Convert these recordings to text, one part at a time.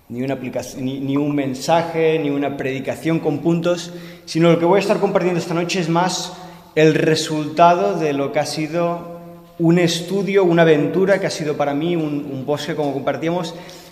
ni un mensaje, ni una predicación con puntos, sino lo que voy a estar compartiendo esta noche es más el resultado de lo que ha sido un estudio, una aventura que ha sido para mí un bosque, como compartíamos,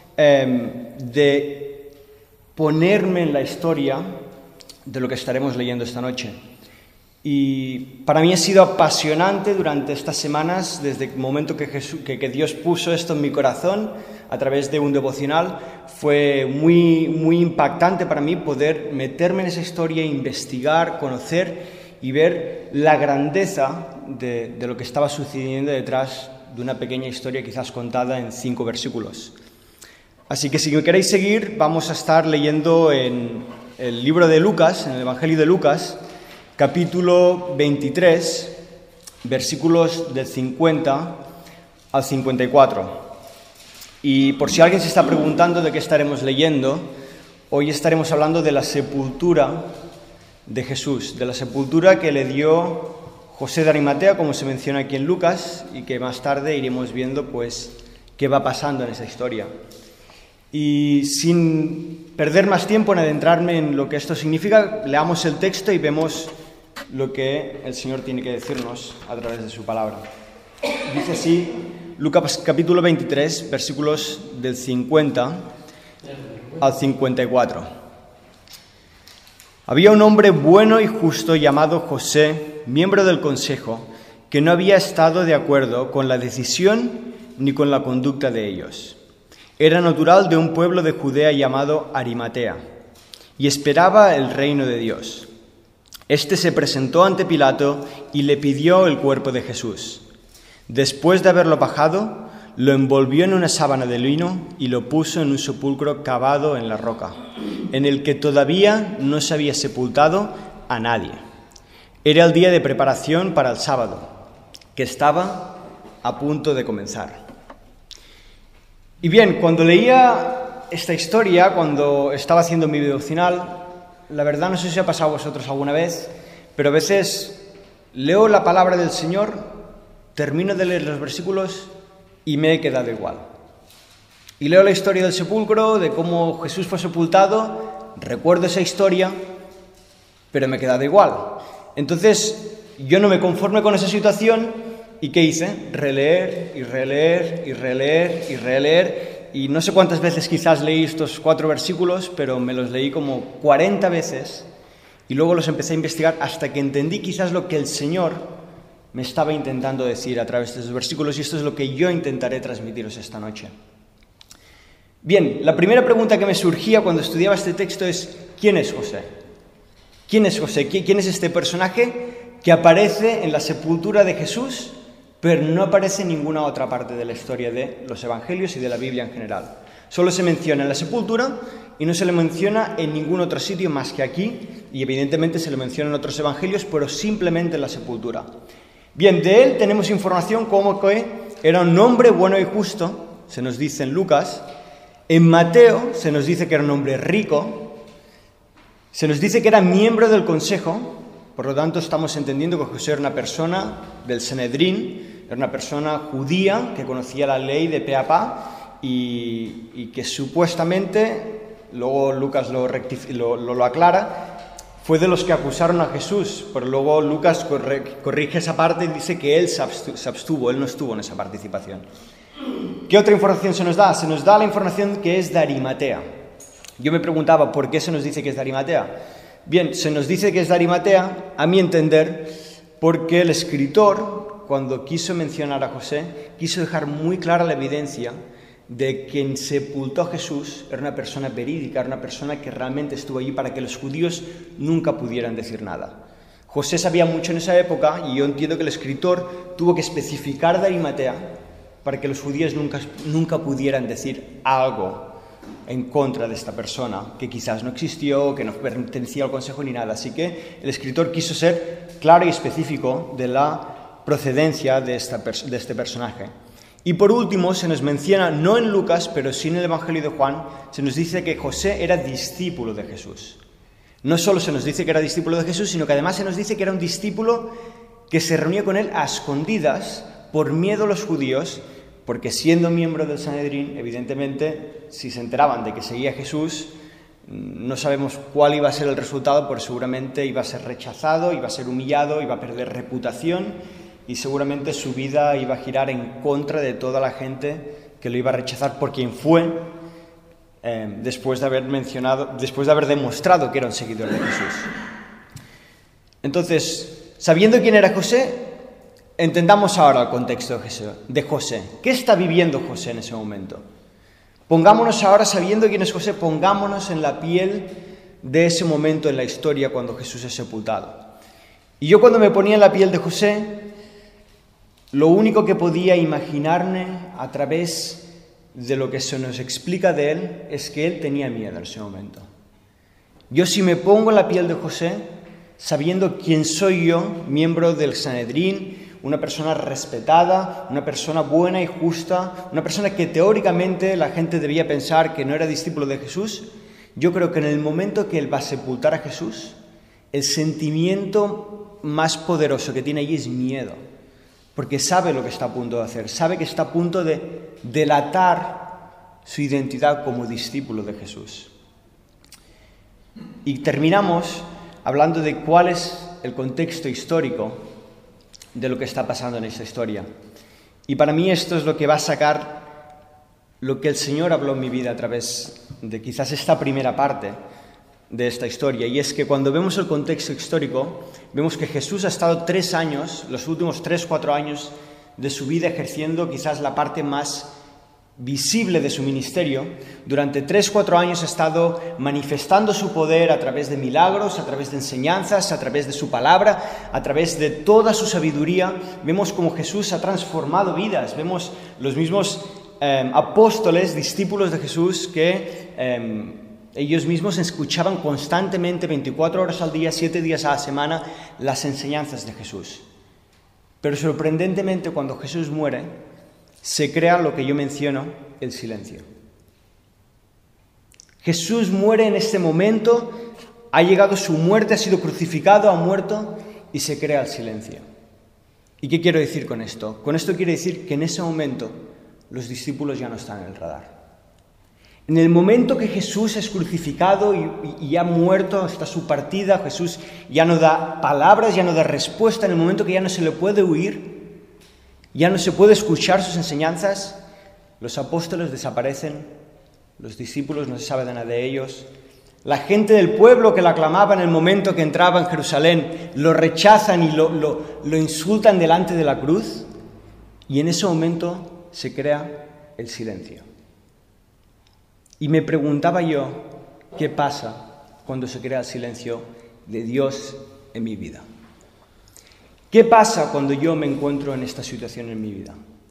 de ponerme en la historia de lo que estaremos leyendo esta noche. Y para mí ha sido apasionante durante estas semanas, desde el momento que Dios puso esto en mi corazón a través de un devocional. Fue muy impactante para mí poder meterme en esa historia, investigar, conocer y ver la grandeza de lo que estaba sucediendo detrás de una pequeña historia quizás contada en 5 versículos. Así que si me queréis seguir, vamos a estar leyendo en el libro de Lucas, en el Evangelio de Lucas, capítulo 23, versículos del 50 al 54. Y por si alguien se está preguntando de qué estaremos leyendo, hoy estaremos hablando de la sepultura de Jesús, de la sepultura que le dio José de Arimatea, como se menciona aquí en Lucas, y que más tarde iremos viendo pues qué va pasando en esa historia. Y sin perder más tiempo en adentrarme en lo que esto significa, leamos el texto y vemos lo que el Señor tiene que decirnos a través de su palabra. Dice así, Lucas capítulo 23, versículos del 50 al 54. Había un hombre bueno y justo llamado José, miembro del consejo, que no había estado de acuerdo con la decisión ni con la conducta de ellos. Era natural de un pueblo de Judea llamado Arimatea y esperaba el reino de Dios. Este se presentó ante Pilato y le pidió el cuerpo de Jesús. Después de haberlo bajado, lo envolvió en una sábana de lino y lo puso en un sepulcro cavado en la roca, en el que todavía no se había sepultado a nadie. Era el día de preparación para el sábado, que estaba a punto de comenzar. Y bien, cuando leía esta historia, cuando estaba haciendo mi devocional, la verdad no sé si ha pasado a vosotros alguna vez, pero a veces leo la palabra del Señor, termino de leer los versículos y me he quedado igual. Y leo la historia del sepulcro, de cómo Jesús fue sepultado, recuerdo esa historia, pero me he quedado igual. Entonces, yo no me conformé con esa situación. ¿Y qué hice? Releer y releer y releer y releer. Y no sé cuántas veces quizás leí estos 4 versículos, pero me los leí como 40 veces. Y luego los empecé a investigar hasta que entendí quizás lo que el Señor me estaba intentando decir a través de esos versículos. Y esto es lo que yo intentaré transmitiros esta noche. Bien, la primera pregunta que me surgía cuando estudiaba este texto es: ¿quién es José? ¿Quién es José? ¿Quién es este personaje que aparece en la sepultura de Jesús, pero no aparece en ninguna otra parte de la historia de los evangelios y de la Biblia en general? Solo se menciona en la sepultura y no se le menciona en ningún otro sitio más que aquí, y evidentemente se le menciona en otros evangelios, pero simplemente en la sepultura. Bien, de él tenemos información como que era un hombre bueno y justo, se nos dice en Lucas. En Mateo se nos dice que era un hombre rico, se nos dice que era miembro del consejo. Por lo tanto, estamos entendiendo que José era una persona del Sanedrín, era una persona judía que conocía la ley de pe a pa y que supuestamente, luego Lucas lo aclara, fue de los que acusaron a Jesús, pero luego Lucas corrige esa parte y dice que él se abstuvo, él no estuvo en esa participación. ¿Qué otra información se nos da? Se nos da la información que es de Arimatea. Yo me preguntaba, ¿por qué se nos dice que es de Arimatea? Bien, se nos dice que es de Arimatea, a mi entender, porque el escritor, cuando quiso mencionar a José, quiso dejar muy clara la evidencia de que quien sepultó a Jesús era una persona verídica, era una persona que realmente estuvo allí para que los judíos nunca pudieran decir nada. José sabía mucho en esa época y yo entiendo que el escritor tuvo que especificar de Arimatea para que los judíos nunca pudieran decir algo en contra de esta persona, que quizás no existió, que no pertenecía al consejo ni nada. Así que el escritor quiso ser claro y específico de la procedencia de este personaje. Y por último, se nos menciona, no en Lucas, pero sí en el Evangelio de Juan, se nos dice que José era discípulo de Jesús. No solo se nos dice que era discípulo de Jesús, sino que además se nos dice que era un discípulo que se reunía con él a escondidas por miedo a los judíos, porque siendo miembro del Sanedrín, evidentemente, si se enteraban de que seguía a Jesús, no sabemos cuál iba a ser el resultado, porque seguramente iba a ser rechazado, iba a ser humillado, iba a perder reputación y seguramente su vida iba a girar en contra de toda la gente que lo iba a rechazar por quien fue, después de haber demostrado que era un seguidor de Jesús. Entonces, sabiendo quién era José, entendamos ahora el contexto de José. ¿Qué está viviendo José en ese momento? Pongámonos ahora, sabiendo quién es José, pongámonos en la piel de ese momento en la historia cuando Jesús es sepultado. Y yo cuando me ponía en la piel de José, lo único que podía imaginarme a través de lo que se nos explica de él es que él tenía miedo en ese momento. Yo si me pongo en la piel de José, sabiendo quién soy yo, miembro del Sanedrín, una persona respetada, una persona buena y justa, una persona que teóricamente la gente debía pensar que no era discípulo de Jesús, yo creo que en el momento que él va a sepultar a Jesús, el sentimiento más poderoso que tiene allí es miedo, porque sabe lo que está a punto de hacer, sabe que está a punto de delatar su identidad como discípulo de Jesús. Y terminamos hablando de cuál es el contexto histórico de lo que está pasando en esta historia. Y para mí esto es lo que va a sacar lo que el Señor habló en mi vida a través de quizás esta primera parte de esta historia. Y es que cuando vemos el contexto histórico, vemos que Jesús ha estado 3 años, los últimos 3-4 años de su vida, ejerciendo quizás la parte más visible de su ministerio. Durante 3-4 años ha estado manifestando su poder a través de milagros, a través de enseñanzas, a través de su palabra, a través de toda su sabiduría. Vemos cómo Jesús ha transformado vidas, vemos los mismos apóstoles, discípulos de Jesús, que ellos mismos escuchaban constantemente, 24 horas al día, 7 días a la semana, las enseñanzas de Jesús. Pero sorprendentemente, cuando Jesús muere, se crea lo que yo menciono, el silencio. Jesús muere en este momento, ha llegado su muerte, ha sido crucificado, ha muerto y se crea el silencio. ¿Y qué quiero decir con esto? Con esto quiero decir que en ese momento los discípulos ya no están en el radar. En el momento que Jesús es crucificado y ha muerto hasta su partida, Jesús ya no da palabras, ya no da respuesta, en el momento que ya no se le puede huir, ya no se puede escuchar sus enseñanzas, los apóstoles desaparecen, los discípulos no se sabe de nada de ellos, la gente del pueblo que la aclamaba en el momento que entraba en Jerusalén lo rechazan y lo insultan delante de la cruz, y en ese momento se crea el silencio. Y me preguntaba yo, ¿qué pasa cuando se crea el silencio de Dios en mi vida? ¿Qué pasa cuando yo me encuentro en esta situación en mi vida?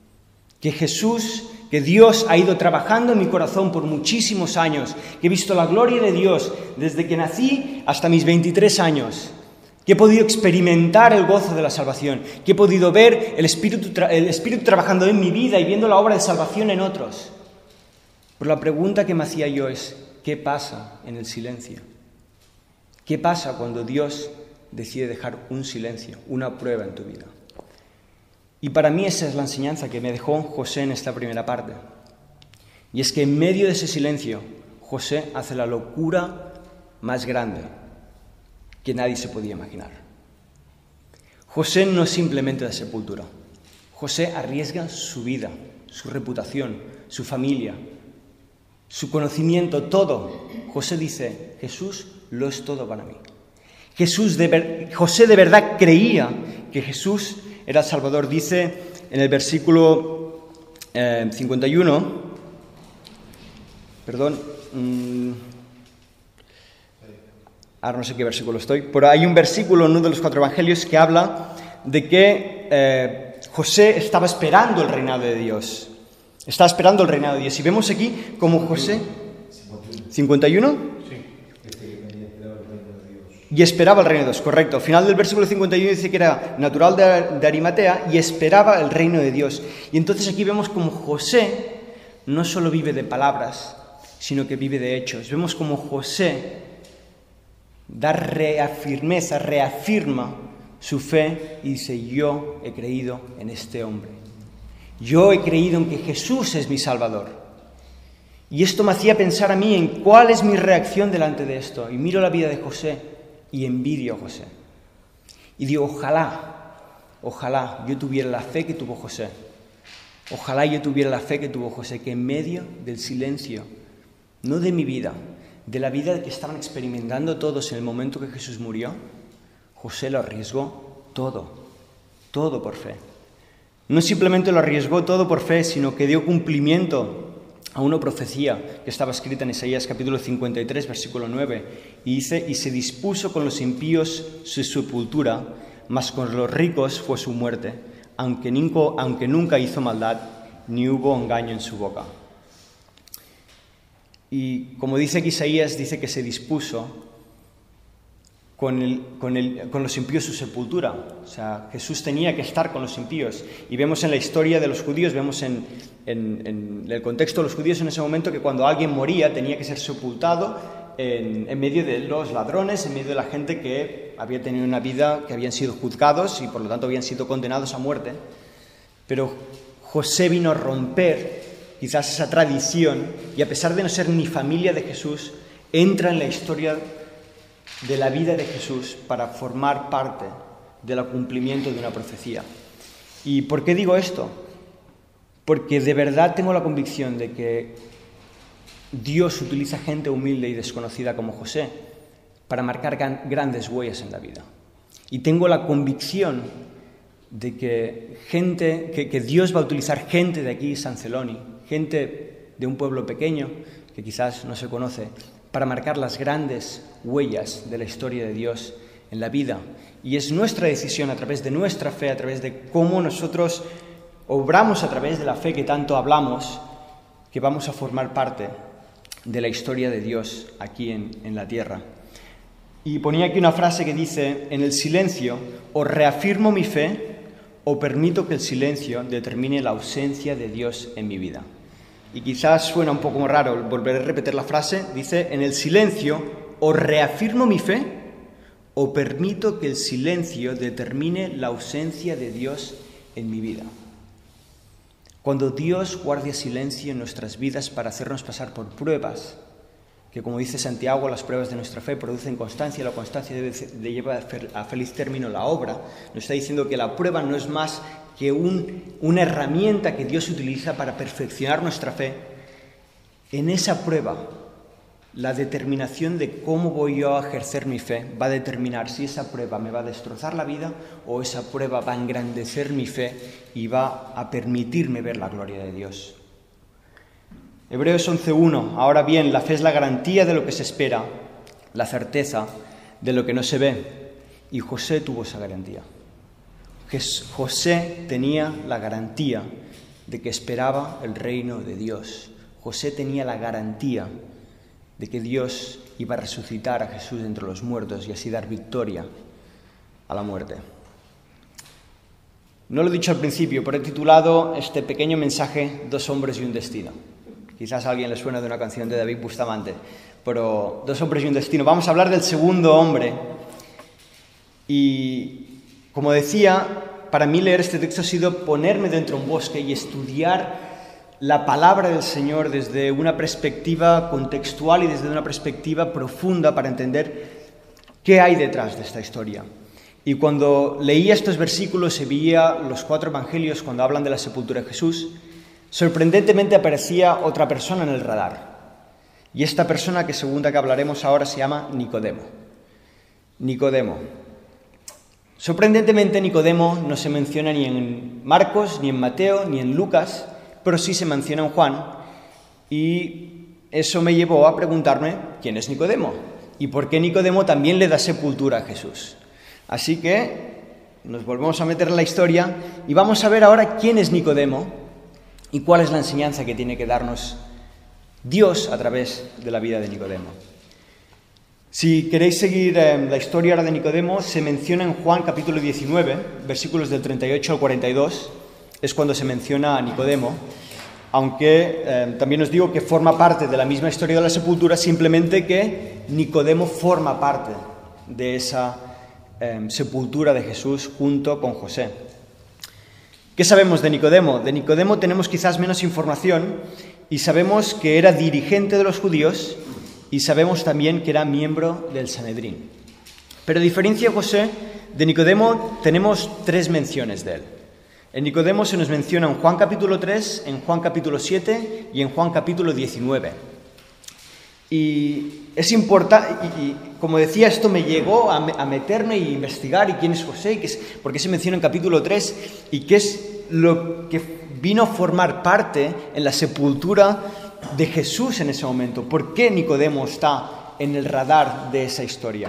Que Dios ha ido trabajando en mi corazón por muchísimos años, que he visto la gloria de Dios desde que nací hasta mis 23 años, que he podido experimentar el gozo de la salvación, que he podido ver el Espíritu trabajando en mi vida y viendo la obra de salvación en otros. Pero la pregunta que me hacía yo es, ¿qué pasa en el silencio? ¿Qué pasa cuando Dios decide dejar un silencio, una prueba en tu vida? Y para mí esa es la enseñanza que me dejó José en esta primera parte. Y es que en medio de ese silencio, José hace la locura más grande que nadie se podía imaginar. José no simplemente da sepultura. José arriesga su vida, su reputación, su familia, su conocimiento, todo. José dice, Jesús lo es todo para mí. José de verdad creía que Jesús era el Salvador. Dice en el versículo 51, ahora no sé qué versículo estoy, pero hay un versículo en uno de los 4 evangelios que habla de que José estaba esperando el reinado de Dios. Estaba esperando el reinado de Dios. Y vemos aquí como José... 51. Y esperaba el reino de Dios, correcto. Al final del versículo 51 dice que era natural de Arimatea y esperaba el reino de Dios. Y entonces aquí vemos como José no solo vive de palabras, sino que vive de hechos. Vemos como José reafirma su fe y dice, yo he creído en este hombre. Yo he creído en que Jesús es mi Salvador. Y esto me hacía pensar a mí en cuál es mi reacción delante de esto. Y miro la vida de José y envidio a José. Y digo, ojalá yo tuviera la fe que tuvo José. Ojalá yo tuviera la fe que tuvo José, que en medio del silencio, no de mi vida, de la vida que estaban experimentando todos en el momento que Jesús murió, José lo arriesgó todo por fe. No simplemente lo arriesgó todo por fe, sino que dio cumplimiento a una profecía que estaba escrita en Isaías capítulo 53, versículo 9, y dice, y se dispuso con los impíos su sepultura, mas con los ricos fue su muerte, aunque nunca hizo maldad, ni hubo engaño en su boca. Y como dice aquí Isaías, dice que se dispuso con los impíos su sepultura. O sea, Jesús tenía que estar con los impíos. Y vemos en la historia de los judíos, vemos en el contexto de los judíos en ese momento que cuando alguien moría tenía que ser sepultado en medio de los ladrones, en medio de la gente que había tenido una vida, que habían sido juzgados y por lo tanto habían sido condenados a muerte. Pero José vino a romper quizás esa tradición y a pesar de no ser ni familia de Jesús, entra en la historia de la vida de Jesús para formar parte del cumplimiento de una profecía. ¿Y por qué digo esto? Porque de verdad tengo la convicción de que Dios utiliza gente humilde y desconocida como José para marcar grandes huellas en la vida. Y tengo la convicción de que Dios va a utilizar gente de aquí, San Celoni, gente de un pueblo pequeño que quizás no se conoce, para marcar las grandes huellas de la historia de Dios en la vida. Y es nuestra decisión, a través de nuestra fe, a través de cómo nosotros obramos a través de la fe que tanto hablamos, que vamos a formar parte de la historia de Dios aquí en la tierra. Y ponía aquí una frase que dice, en el silencio o reafirmo mi fe o permito que el silencio determine la ausencia de Dios en mi vida. Y quizás suena un poco raro, volveré a repetir la frase, dice, en el silencio o reafirmo mi fe o permito que el silencio determine la ausencia de Dios en mi vida. Cuando Dios guarda silencio en nuestras vidas para hacernos pasar por pruebas, que como dice Santiago, las pruebas de nuestra fe producen constancia y la constancia debe llevar a feliz término la obra, nos está diciendo que la prueba no es más que una herramienta que Dios utiliza para perfeccionar nuestra fe. En esa prueba, la determinación de cómo voy yo a ejercer mi fe va a determinar si esa prueba me va a destrozar la vida o esa prueba va a engrandecer mi fe y va a permitirme ver la gloria de Dios. Hebreos 11:1. Ahora bien, la fe es la garantía de lo que se espera, la certeza de lo que no se ve. Y José tuvo esa garantía. José tenía la garantía de que esperaba el reino de Dios. José tenía la garantía de que Dios iba a resucitar a Jesús entre los muertos y así dar victoria a la muerte. No lo he dicho al principio, pero he titulado este pequeño mensaje Dos hombres y un destino. Quizás a alguien le suena de una canción de David Bustamante, pero Dos hombres y un destino. Vamos a hablar del segundo hombre. Y como decía, para mí leer este texto ha sido ponerme dentro de un bosque y estudiar la palabra del Señor desde una perspectiva contextual y desde una perspectiva profunda para entender qué hay detrás de esta historia. Y cuando leía estos versículos y veía los 4 evangelios cuando hablan de la sepultura de Jesús, sorprendentemente aparecía otra persona en el radar. Y esta persona, que segunda que hablaremos ahora, se llama Nicodemo. Nicodemo. Sorprendentemente, Nicodemo no se menciona ni en Marcos, ni en Mateo, ni en Lucas, pero sí se menciona en Juan. Y eso me llevó a preguntarme, ¿quién es Nicodemo? ¿Y por qué Nicodemo también le da sepultura a Jesús? Así que nos volvemos a meter en la historia y vamos a ver ahora quién es Nicodemo y cuál es la enseñanza que tiene que darnos Dios a través de la vida de Nicodemo. Si queréis seguir la historia ahora de Nicodemo, se menciona en Juan capítulo 19, versículos del 38 al 42, es cuando se menciona a Nicodemo, aunque también os digo que forma parte de la misma historia de la sepultura, simplemente que Nicodemo forma parte de esa sepultura de Jesús junto con José. ¿Qué sabemos de Nicodemo? De Nicodemo tenemos quizás menos información y sabemos que era dirigente de los judíos y sabemos también que era miembro del Sanedrín. Pero a diferencia de José, de Nicodemo tenemos 3 menciones de él. En Nicodemo se nos menciona en Juan capítulo 3, en Juan capítulo 7 y en Juan capítulo 19. Y es importante, y como decía, esto me llegó a meterme e investigar y quién es José, y por qué se menciona en capítulo 3 y qué es lo que vino a formar parte en la sepultura de Jesús en ese momento. ¿Por qué Nicodemo está en el radar de esa historia?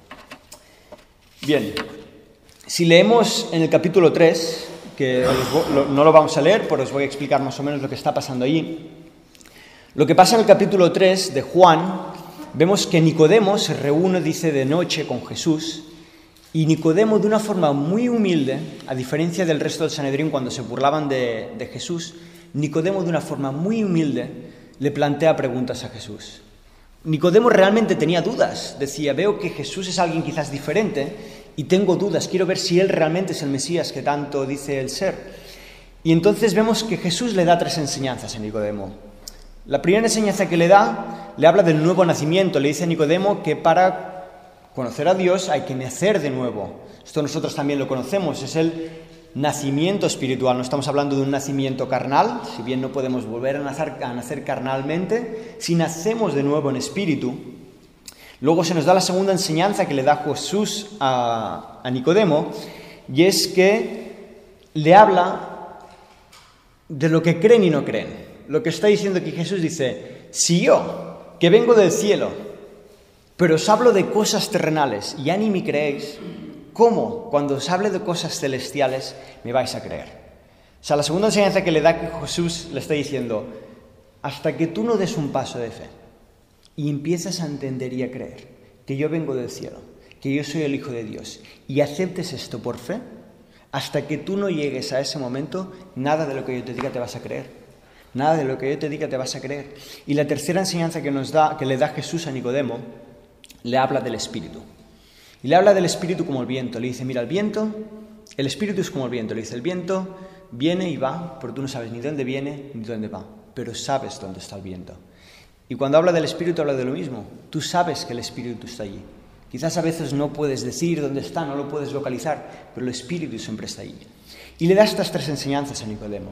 Bien, si leemos en el capítulo 3, que no lo vamos a leer, pero os voy a explicar más o menos lo que está pasando allí. Lo que pasa en el capítulo 3 de Juan, vemos que Nicodemo se reúne, dice, de noche con Jesús, y Nicodemo, de una forma muy humilde, a diferencia del resto del Sanedrín cuando se burlaban de Jesús, Nicodemo, de una forma muy humilde, le plantea preguntas a Jesús. Nicodemo realmente tenía dudas, decía, veo que Jesús es alguien quizás diferente y tengo dudas, quiero ver si él realmente es el Mesías que tanto dice él ser. Y entonces vemos que Jesús le da 3 enseñanzas a Nicodemo. La primera enseñanza que le da, le habla del nuevo nacimiento. Le dice a Nicodemo que para conocer a Dios hay que nacer de nuevo. Esto nosotros también lo conocemos, es el nacimiento espiritual. No estamos hablando de un nacimiento carnal, si bien no podemos volver a nacer carnalmente, si nacemos de nuevo en espíritu. Luego se nos da la segunda enseñanza que le da Jesús a Nicodemo, y es que le habla de lo que creen y no creen. Lo que está diciendo aquí Jesús dice, si yo, que vengo del cielo, pero os hablo de cosas terrenales y ya ni me creéis, ¿cómo cuando os hable de cosas celestiales me vais a creer? O sea, la segunda enseñanza que le da que Jesús le está diciendo, hasta que tú no des un paso de fe y empiezas a entender y a creer que yo vengo del cielo, que yo soy el Hijo de Dios, y aceptes esto por fe, hasta que tú no llegues a ese momento, nada de lo que yo te diga te vas a creer. Nada de lo que yo te diga te vas a creer. Y la tercera enseñanza que le da Jesús a Nicodemo, le habla del Espíritu. Y le habla del Espíritu como el viento. Le dice, mira, el Espíritu es como el viento. Le dice, el viento viene y va, pero tú no sabes ni dónde viene ni dónde va, pero sabes dónde está el viento. Y cuando habla del Espíritu, habla de lo mismo. Tú sabes que el Espíritu está allí. Quizás a veces no puedes decir dónde está, no lo puedes localizar, pero el Espíritu siempre está allí. Y le da estas 3 enseñanzas a Nicodemo.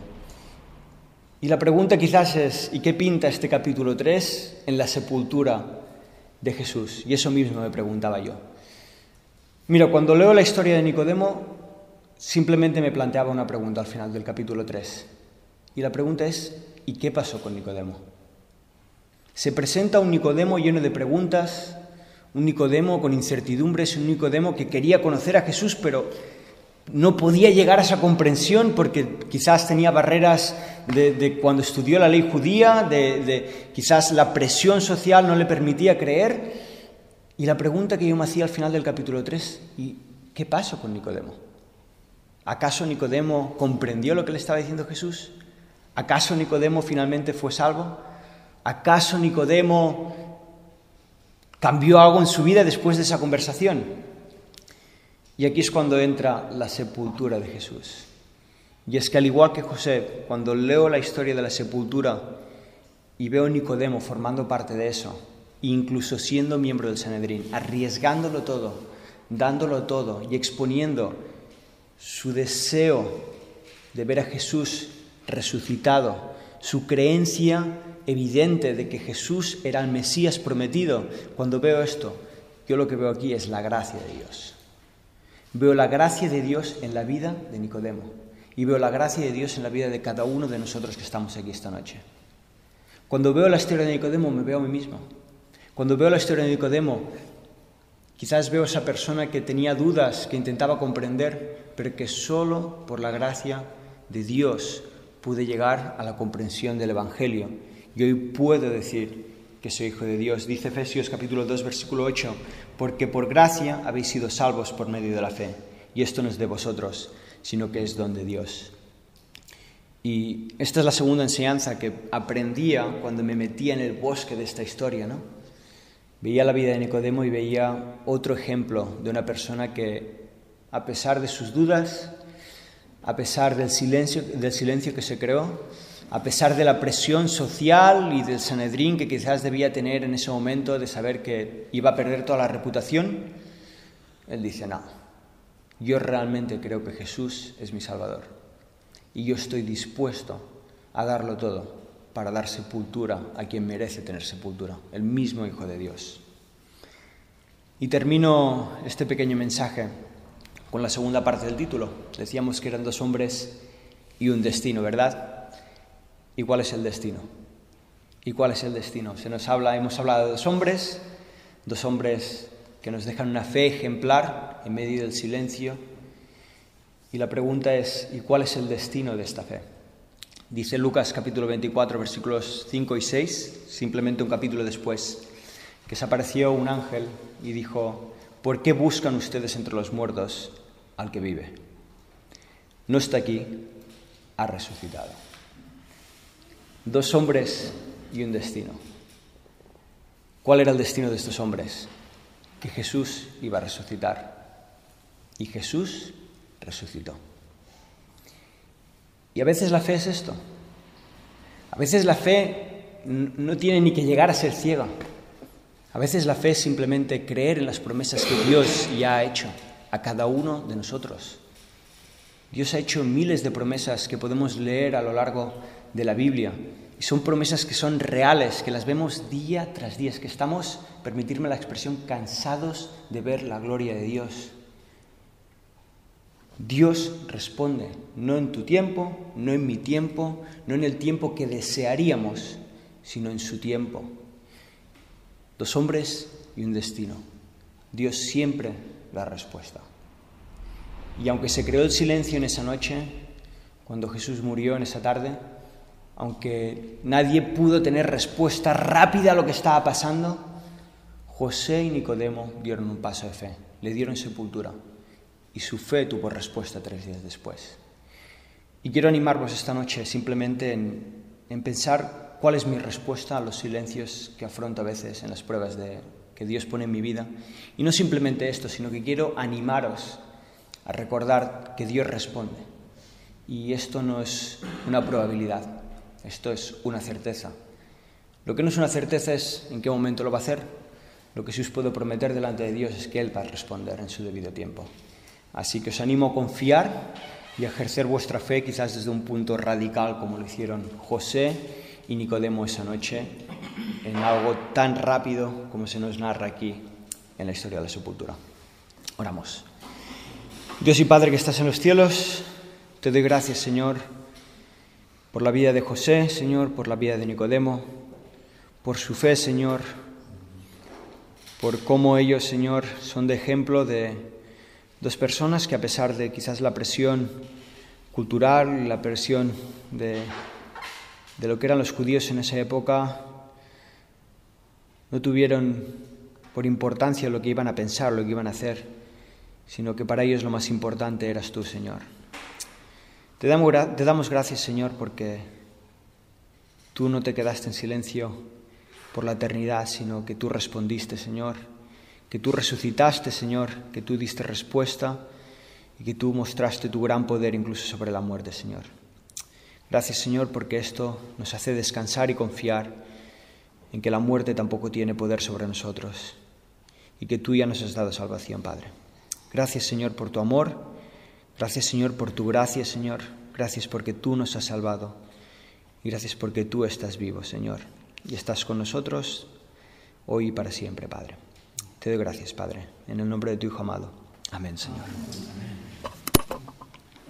Y la pregunta quizás es, ¿y qué pinta este capítulo 3 en la sepultura de Jesús? Y eso mismo me preguntaba yo. Mira, cuando leo la historia de Nicodemo, simplemente me planteaba una pregunta al final del capítulo 3. Y la pregunta es, ¿y qué pasó con Nicodemo? Se presenta un Nicodemo lleno de preguntas, un Nicodemo con incertidumbres, un Nicodemo que quería conocer a Jesús, pero no podía llegar a esa comprensión porque quizás tenía barreras de cuando estudió la ley judía, quizás la presión social no le permitía creer. Y la pregunta que yo me hacía al final del capítulo 3, ¿y qué pasó con Nicodemo? ¿Acaso Nicodemo comprendió lo que le estaba diciendo Jesús? ¿Acaso Nicodemo finalmente fue salvo? ¿Acaso Nicodemo cambió algo en su vida después de esa conversación? Y aquí es cuando entra la sepultura de Jesús. Y es que al igual que José, cuando leo la historia de la sepultura y veo a Nicodemo formando parte de eso, incluso siendo miembro del Sanedrín, arriesgándolo todo, dándolo todo y exponiendo su deseo de ver a Jesús resucitado, su creencia evidente de que Jesús era el Mesías prometido, cuando veo esto, yo lo que veo aquí es la gracia de Dios. Veo la gracia de Dios en la vida de Nicodemo y veo la gracia de Dios en la vida de cada uno de nosotros que estamos aquí esta noche. Cuando veo la historia de Nicodemo, me veo a mí mismo. Cuando veo la historia de Nicodemo, quizás veo a esa persona que tenía dudas, que intentaba comprender, pero que solo por la gracia de Dios pude llegar a la comprensión del Evangelio. Y hoy puedo decir que soy hijo de Dios. Dice Efesios capítulo 2, versículo 8, porque por gracia habéis sido salvos por medio de la fe. Y esto no es de vosotros, sino que es don de Dios. Y esta es la segunda enseñanza que aprendía cuando me metía en el bosque de esta historia, ¿no? Veía la vida de Nicodemo y veía otro ejemplo de una persona que, a pesar de sus dudas, a pesar del silencio que se creó, a pesar de la presión social y del Sanedrín que quizás debía tener en ese momento de saber que iba a perder toda la reputación, él dice, no, yo realmente creo que Jesús es mi Salvador y yo estoy dispuesto a darlo todo para dar sepultura a quien merece tener sepultura, el mismo Hijo de Dios. Y termino este pequeño mensaje con la segunda parte del título. Decíamos que eran 2 hombres y un destino, ¿verdad? ¿Y cuál es el destino? ¿Y cuál es el destino? Hemos hablado de 2 hombres que nos dejan una fe ejemplar en medio del silencio. Y la pregunta es, ¿y cuál es el destino de esta fe? Dice Lucas capítulo 24, versículos 5 y 6, simplemente un capítulo después, que se apareció un ángel y dijo, ¿por qué buscan ustedes entre los muertos al que vive? No está aquí, ha resucitado. 2 hombres y un destino. ¿Cuál era el destino de estos hombres? Que Jesús iba a resucitar. Y Jesús resucitó. Y a veces la fe es esto. A veces la fe no tiene ni que llegar a ser ciega. A veces la fe es simplemente creer en las promesas que Dios ya ha hecho a cada uno de nosotros. Dios ha hecho miles de promesas que podemos leer a lo largo de la Biblia. Y son promesas que son reales, que las vemos día tras día, que estamos, permitirme la expresión, cansados de ver la gloria de Dios. Dios responde, no en tu tiempo, no en mi tiempo, no en el tiempo que desearíamos, sino en su tiempo. 2 hombres y un destino. Dios siempre da respuesta. Y aunque se creó el silencio en esa noche, cuando Jesús murió en esa tarde, aunque nadie pudo tener respuesta rápida a lo que estaba pasando, José y Nicodemo dieron un paso de fe, le dieron sepultura. Y su fe tuvo respuesta 3 días después. Y quiero animarvos esta noche simplemente en pensar cuál es mi respuesta a los silencios que afronto a veces en las pruebas que Dios pone en mi vida. Y no simplemente esto, sino que quiero animaros a recordar que Dios responde. Y esto no es una probabilidad, esto es una certeza. Lo que no es una certeza es en qué momento lo va a hacer. Lo que sí os puedo prometer delante de Dios es que Él va a responder en su debido tiempo. Así que os animo a confiar y a ejercer vuestra fe quizás desde un punto radical como lo hicieron José y Nicodemo esa noche en algo tan rápido como se nos narra aquí en la historia de la sepultura. Oramos. Dios y Padre que estás en los cielos, te doy gracias, Señor, por la vida de José, Señor, por la vida de Nicodemo, por su fe, Señor, por cómo ellos, Señor, son de ejemplo de 2 personas que a pesar de quizás la presión cultural, la presión de lo que eran los judíos en esa época, no tuvieron por importancia lo que iban a pensar, lo que iban a hacer, sino que para ellos lo más importante eras tú, Señor. Te damos gracias, Señor, porque tú no te quedaste en silencio por la eternidad, sino que tú respondiste, Señor, que tú resucitaste, Señor, que tú diste respuesta y que tú mostraste tu gran poder incluso sobre la muerte, Señor. Gracias, Señor, porque esto nos hace descansar y confiar en que la muerte tampoco tiene poder sobre nosotros y que tú ya nos has dado salvación, Padre. Gracias, Señor, por tu amor. Gracias, Señor, por tu gracia, Señor. Gracias porque tú nos has salvado y gracias porque tú estás vivo, Señor, y estás con nosotros hoy y para siempre, Padre. Te doy gracias, Padre, en el nombre de tu Hijo amado. Amén, Señor. Amén.